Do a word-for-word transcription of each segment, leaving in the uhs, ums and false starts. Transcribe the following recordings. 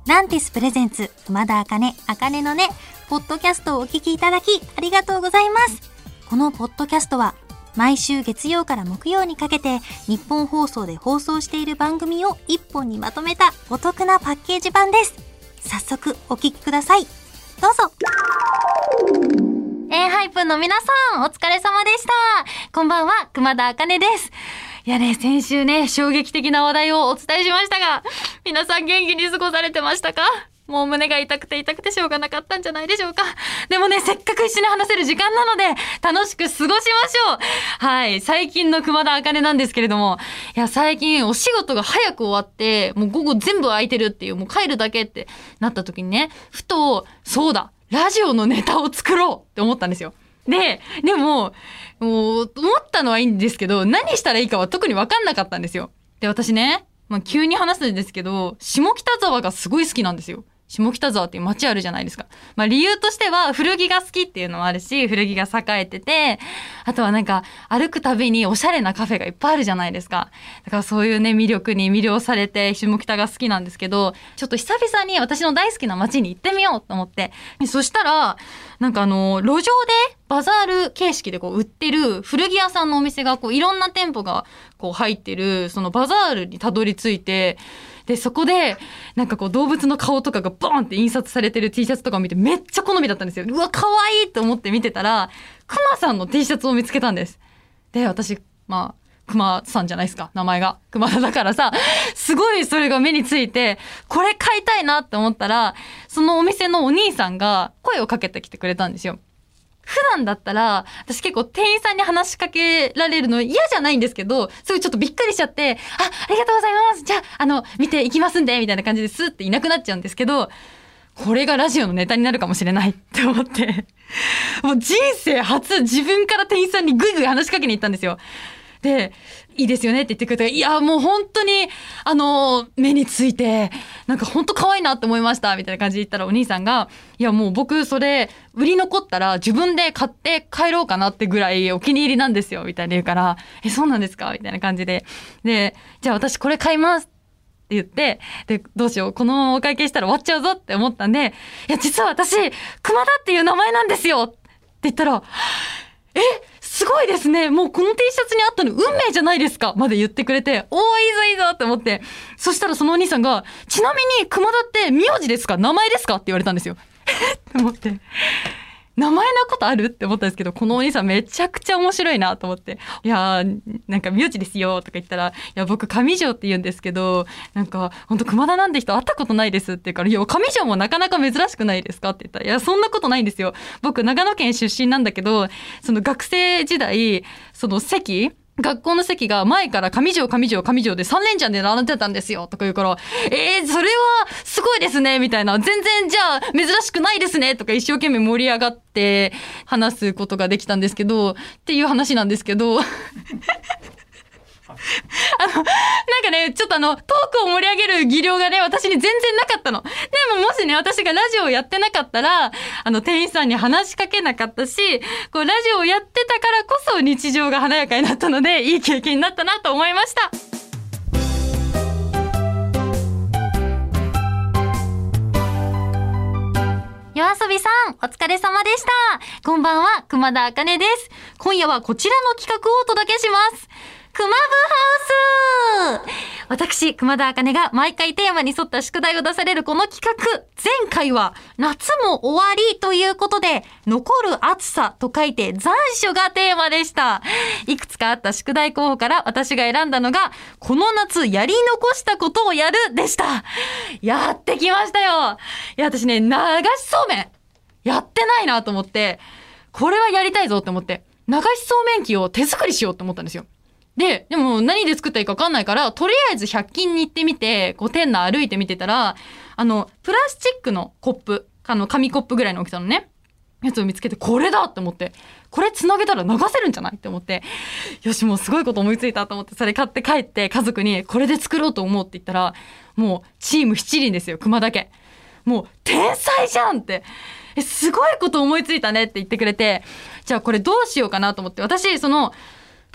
ランティスプレゼンツ熊田茜、茜のね、ポッドキャストをお聞きいただきありがとうございます。このポッドキャストは毎週月曜から木曜にかけて日本放送で放送している番組を一本にまとめたお得なパッケージ版です。早速お聞きください。どうぞ。エーハイプの皆さん、お疲れ様でした。こんばんは、熊田茜です。いやね、先週ね、衝撃的な話題をお伝えしましたが、皆さん元気に過ごされてましたか？もう胸が痛くて痛くてしょうがなかったんじゃないでしょうか。でもね、せっかく一緒に話せる時間なので、楽しく過ごしましょう。はい、最近の熊田茜なんですけれども、いや、最近お仕事が早く終わって、もう午後全部空いてるっていう、もう帰るだけってなった時にね、ふと、そうだ、ラジオのネタを作ろうって思ったんですよ。で、でも、もう、思ったのはいいんですけど、何したらいいかは特に分かんなかったんですよ。で、私ね、まあ、急に話すんですけど、下北沢がすごい好きなんですよ。下北沢っていう街あるじゃないですか。まあ理由としては古着が好きっていうのもあるし、古着が栄えてて、あとはなんか歩くたびにおしゃれなカフェがいっぱいあるじゃないですか。だからそういうね魅力に魅了されて下北が好きなんですけど、ちょっと久々に私の大好きな街に行ってみようと思って、そしたらなんかあの路上でバザール形式でこう売ってる古着屋さんのお店がこういろんな店舗がこう入ってるそのバザールにたどり着いて、で、そこで、なんかこう動物の顔とかがボーンって印刷されてる T シャツとかを見てめっちゃ好みだったんですよ。うわ、可愛いと思って見てたら、クマさんの T シャツを見つけたんです。で、私、まあ、クマさんじゃないですか。名前が。クマだからさ、すごいそれが目について、これ買いたいなって思ったら、そのお店のお兄さんが声をかけてきてくれたんですよ。普段だったら、私結構店員さんに話しかけられるの嫌じゃないんですけど、すぐちょっとびっくりしちゃって、あ、ありがとうございます。じゃあ、あの、見ていきますんで、みたいな感じでスーっていなくなっちゃうんですけど、これがラジオのネタになるかもしれないって思って、もう人生初自分から店員さんにグイグイ話しかけに行ったんですよ。で、いいですよねって言ってくれて、いや、もう本当に、あの、目について、なんか本当可愛いなって思いました、みたいな感じで言ったらお兄さんが、いや、もう僕それ、売り残ったら自分で買って帰ろうかなってぐらいお気に入りなんですよ、みたいな言うから、え、そうなんですかみたいな感じで。で、じゃあ私これ買いますって言って、で、どうしよう、このままお会計したら終わっちゃうぞって思ったんで、いや、実は私、熊田っていう名前なんですよって言ったら、えすごいですね。もうこの T シャツにあったの運命じゃないですかまで言ってくれて、おーいいぞいいぞって思って、そしたらそのお兄さんが、ちなみに熊田って名字ですか名前ですかって言われたんですよ。って思って。名前なことあるって思ったんですけど、このお兄さんめちゃくちゃ面白いなと思って。いやー、なんか名字ですよとか言ったら、いや僕上条って言うんですけど、なんかほんと熊田なんて人会ったことないですって言うから、いや上条もなかなか珍しくないですかって言ったら、いやそんなことないんですよ。僕長野県出身なんだけど、その学生時代、その席学校の席が前から上条上条上条でさん連チャンで並んでたんですよとか言うから、えー、それはすごいですねみたいな、全然じゃあ珍しくないですねとか一生懸命盛り上がって話すことができたんですけどっていう話なんですけどあの、なんかね、ちょっとあの、トークを盛り上げる技量がね、私に全然なかったの。でももしね、私がラジオをやってなかったら、あの、店員さんに話しかけなかったし、こう、ラジオをやってたからこそ日常が華やかになったので、いい経験になったなと思いました。夜遊びさん、お疲れ様でした。こんばんは、熊田茜です。今夜はこちらの企画をお届けします。熊部ハウス。私、熊田茜が毎回テーマに沿った宿題を出されるこの企画。前回は夏も終わりということで、残る暑さと書いて残暑がテーマでした。いくつかあった宿題候補から私が選んだのが、この夏やり残したことをやるでした。やってきましたよ。いや、私ね、流しそうめんやってないなと思って、これはやりたいぞって思って、流しそうめん機を手作りしようと思ったんですよ。で、でも何で作ったらいいか分かんないから、とりあえずひゃく均に行ってみて、こう店内歩いてみてたら、あの、プラスチックのコップ、あの、紙コップぐらいの大きさのね、やつを見つけて、これだって思って、これ繋げたら流せるんじゃないって思って、よし、もうすごいこと思いついたと思って、それ買って帰って家族に、これで作ろうと思うって言ったら、もうチーム七輪ですよ、熊だけ。もう、天才じゃんって。え、すごいこと思いついたねって言ってくれて、じゃあこれどうしようかなと思って、私、その、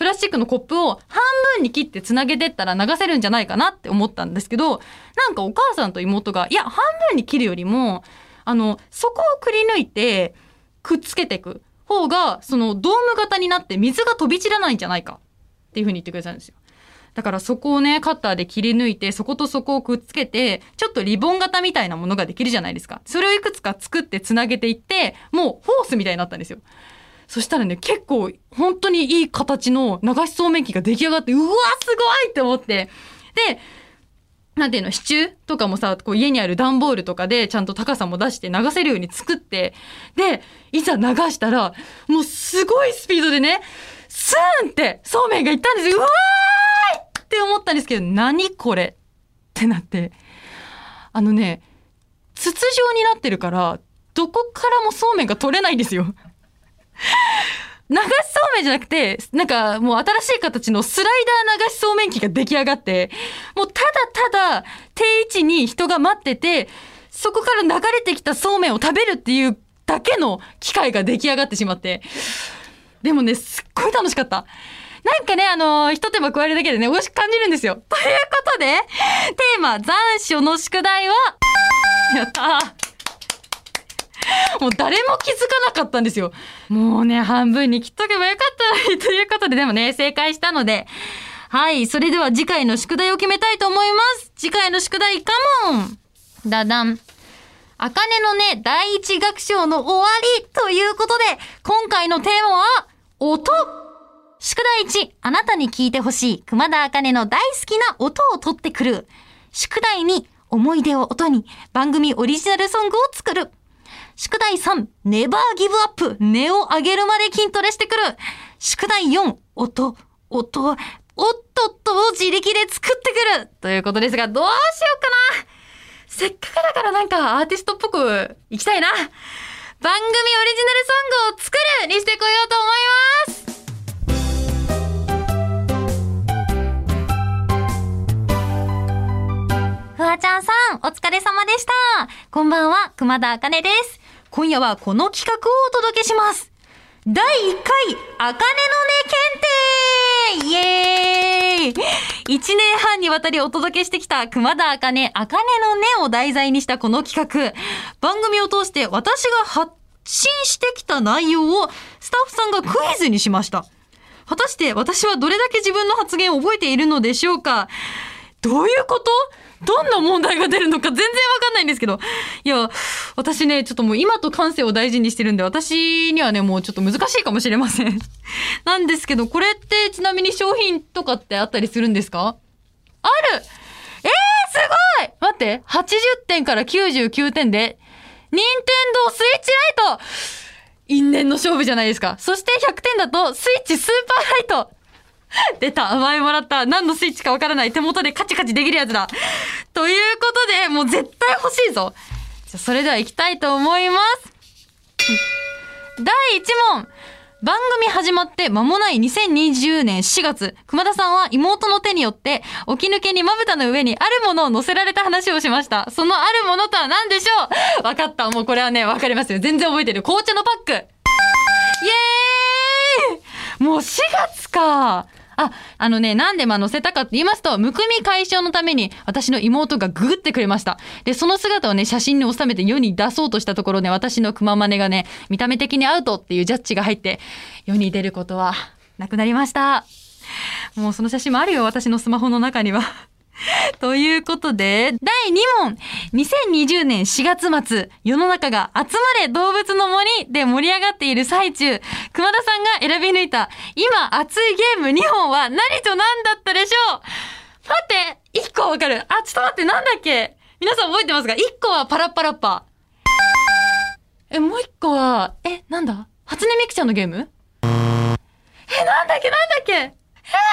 プラスチックのコップを半分に切ってつなげてったら流せるんじゃないかなって思ったんですけど、なんかお母さんと妹が、いや、半分に切るよりも、あの、そこをくり抜いて、くっつけていく方が、そのドーム型になって水が飛び散らないんじゃないかっていう風に言ってくれたんですよ。だからそこをね、カッターで切り抜いて、そことそこをくっつけて、ちょっとリボン型みたいなものができるじゃないですか。それをいくつか作ってつなげていって、もうフォースみたいになったんですよ。そしたらね、結構本当にいい形の流しそうめん機が出来上がって、うわ、すごいって思って。で、なんていうの、支柱とかもさ、こう家にある段ボールとかでちゃんと高さも出して流せるように作って、で、いざ流したら、もうすごいスピードでね、スーンってそうめんがいったんですよ。うわーいって思ったんですけど、何これってなって。あのね、筒状になってるから、どこからもそうめんが取れないんですよ。流しそうめんじゃなくて、なんかもう新しい形のスライダー流しそうめん機が出来上がって、もうただただ定位置に人が待ってて、そこから流れてきたそうめんを食べるっていうだけの機械が出来上がってしまって。でもね、すっごい楽しかった。なんかね、あのー、一手間加えるだけでね、美味しく感じるんですよ。ということで、テーマ、残暑の宿題は、やったー。もう誰も気づかなかったんですよ。もうね、半分に切っとけばよかったのにということで、でもね、正解したので。はい、それでは次回の宿題を決めたいと思います。次回の宿題、カモンダダン。あかねのね、第一楽章の終わりということで、今回のテーマは、音。宿題いち、あなたに聞いてほしい、熊田あかねの大好きな音を取ってくる。宿題に、思い出を音に、番組オリジナルソングを作る。宿題さん、ネバーギブアップ、音を上げるまで筋トレしてくる。宿題よん、音、音、おっとっとを自力で作ってくる。ということですが、どうしようかな。せっかくだからなんかアーティストっぽくいきたいな。番組オリジナルソングを作るにしてこようと思います。フワちゃんさん、お疲れ様でした。こんばんは、熊田あかねです。今夜はこの企画をお届けします。だいいっかい、あかねのね検定イエーイ !いち 年半にわたりお届けしてきた熊田あかね、あかねのねを題材にしたこの企画。番組を通して私が発信してきた内容をスタッフさんがクイズにしました。果たして私はどれだけ自分の発言を覚えているのでしょうか。どういうこと？どんな問題が出るのか全然わかんないんですけど。いや、私ね、ちょっともう今と感性を大事にしてるんで、私にはね、もうちょっと難しいかもしれません。なんですけど、これってちなみに商品とかってあったりするんですか？ある！えー、すごい！待って、はちじゅってんからきゅうじゅうきゅうてんで、任天堂スイッチライト！因縁の勝負じゃないですか。そしてひゃくてんだと、スイッチスーパーライト！出た、前もらった。何のスイッチかわからない。手元でカチカチできるやつだ。ということで、もう絶対欲しいぞ。じゃ、それでは行きたいと思います。だいいち問。番組始まって間もないにせんにじゅうねんしがつ、熊田さんは妹の手によって起き抜けにまぶたの上にあるものを乗せられた話をしました。そのあるものとは何でしょう？わかった。もうこれはね、わかりますよ。全然覚えてる。紅茶のパック。イエーイ！もうしがつか。あ、あのね、なんでまあ載せたかって言いますと、むくみ解消のために私の妹がググってくれました。で、その姿をね、写真に収めて世に出そうとしたところね、私のクママネがね、見た目的にアウトっていうジャッジが入って、世に出ることはなくなりました。もうその写真もあるよ、私のスマホの中には。ということで、だいに問。にせんにじゅうねんしがつ末、世の中が集まれ動物の森で盛り上がっている最中、熊田さんが選び抜いた今熱いゲームにほんは何と何だったでしょう？待って、いっこわかる。あ、ちょっと待って、なんだっけ？皆さん覚えてますか？ いっ 個はパラッパラッパ。え、もういっこは、え、なんだ？初音ミクちゃんのゲーム？え、なんだっけなんだっけ？えー、なになに？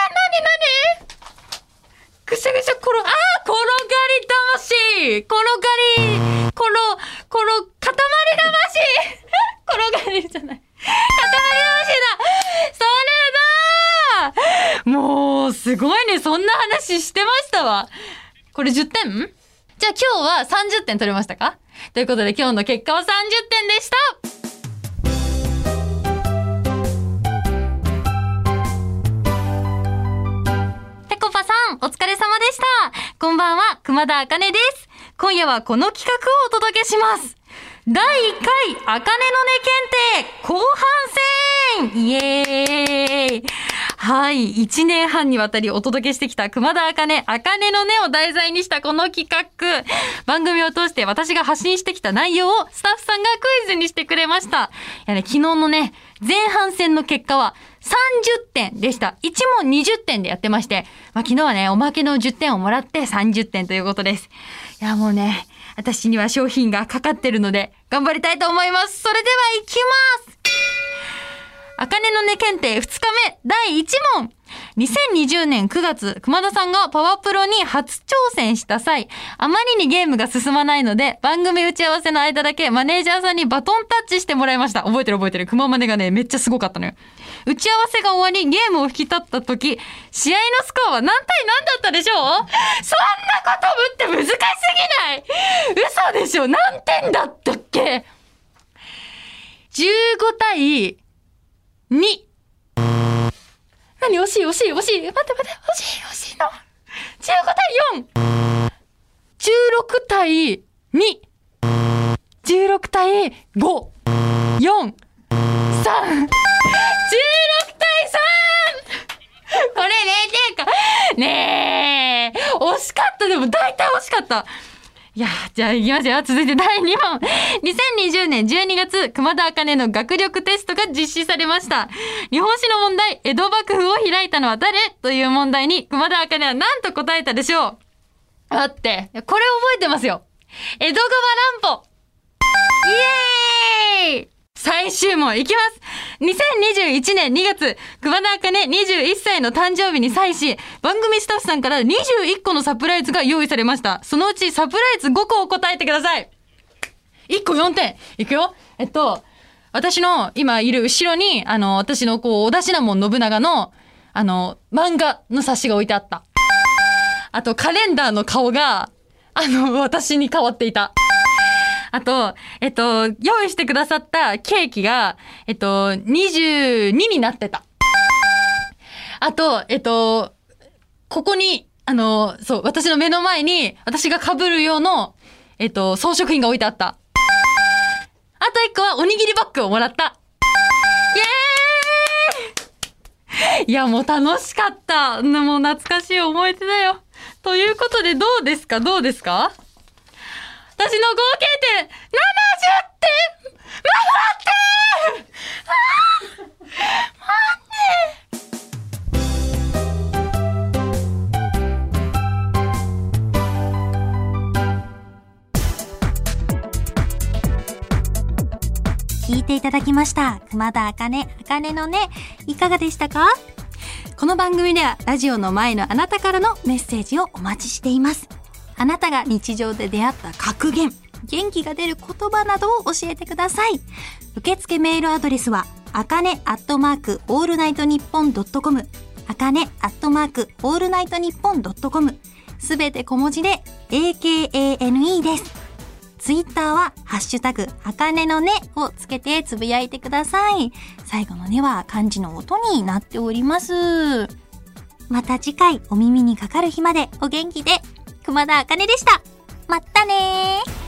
ぐしゃぐしゃころ、あー、転がり魂転がり、ころ、ころ、塊魂転がりじゃない。塊魂だ！それだ！もう、すごいね。そんな話してましたわ。これじゅってん？じゃあ今日はさんじゅってん取れましたか？ということで今日の結果はさんじゅってんでした。 こんばんは、熊田茜です。今夜はこの企画をお届けします。だいいっかい、あかねのね検定後半戦イエーイ。はい、いちねんはんにわたりお届けしてきた熊田茜、あかねのねを題材にしたこの企画。番組を通して私が発信してきた内容をスタッフさんがクイズにしてくれました。いやね、昨日のね、前半戦の結果はさんじゅってんでした。いち問にじゅってんでやってまして、まあ、昨日はね、おまけのじゅってんをもらってさんじゅってんということです。いや、もうね、私には商品がかかってるので、頑張りたいと思います。それでは行きます。あかねのね検定ふつかめだいいち問。にせんにじゅうねんくがつ、熊田さんがパワプロに初挑戦した際、あまりにゲームが進まないので、番組打ち合わせの間だけマネージャーさんにバトンタッチしてもらいました。覚えてる覚えてる。熊マネがね、めっちゃすごかったのよ。打ち合わせが終わり、ゲームを引き立った時、試合のスコアは何対何だったでしょう？そんなことぶって難しすぎない？嘘でしょ？何点だったっけ？じゅうごたいに。何？惜しい惜しい惜しい。待って待って、惜しい惜しいの。じゅうごたいよん。じゅうろくたいに。じゅうろくたいご。よん。さん。じゅうろくたいさん。これれいてんか。ねえ。惜しかった。でも大体惜しかった。いや、じゃあ行きますよ。続いてだいに問。にせんにじゅうねんじゅうにがつ、熊田茜の学力テストが実施されました。日本史の問題、江戸幕府を開いたのは誰？という問題に、熊田茜は何と答えたでしょう？待って、これ覚えてますよ。江戸川乱歩。イエーイ！最終問いきます。にせんにじゅういちねんにがつ、熊田茜にじゅういっさいの誕生日に際し、番組スタッフさんからにじゅういっこのサプライズが用意されました。そのうちサプライズごこを答えてください。いっこよんてん。いくよ。えっと、私の今いる後ろに、あの、私のこう、織田信長信長の、あの、漫画の冊子が置いてあった。あと、カレンダーの顔が、あの、私に変わっていた。あと、えっと、用意してくださったケーキが、えっと、にじゅうにになってた。あと、えっと、ここに、あの、そう、私の目の前に、私が被る用の、えっと、装飾品が置いてあった。あといっこはおにぎりバッグをもらった。イエーイ！いや、もう楽しかった。もう懐かしい思い出だよ。ということで、どうですか？どうですか？私の合計点ななじゅってん！もらってー！あー！ 聞いていただきました。熊田茜、茜のね、いかがでしたか？この番組ではラジオの前のあなたからのメッセージをお待ちしています。あなたが日常で出会った格言、元気が出る言葉などを教えてください。受付メールアドレスは、あかねアットマークオールナイトニッポンドットコム、あかねアットマークオールナイトニッポンドットコム、すべて小文字で エーケーエーエヌイー です。ツイッターは、ハッシュタグ、あかねのねをつけてつぶやいてください。最後のねは漢字の音になっております。また次回お耳にかかる日までお元気で。熊田茜でした。まったねー。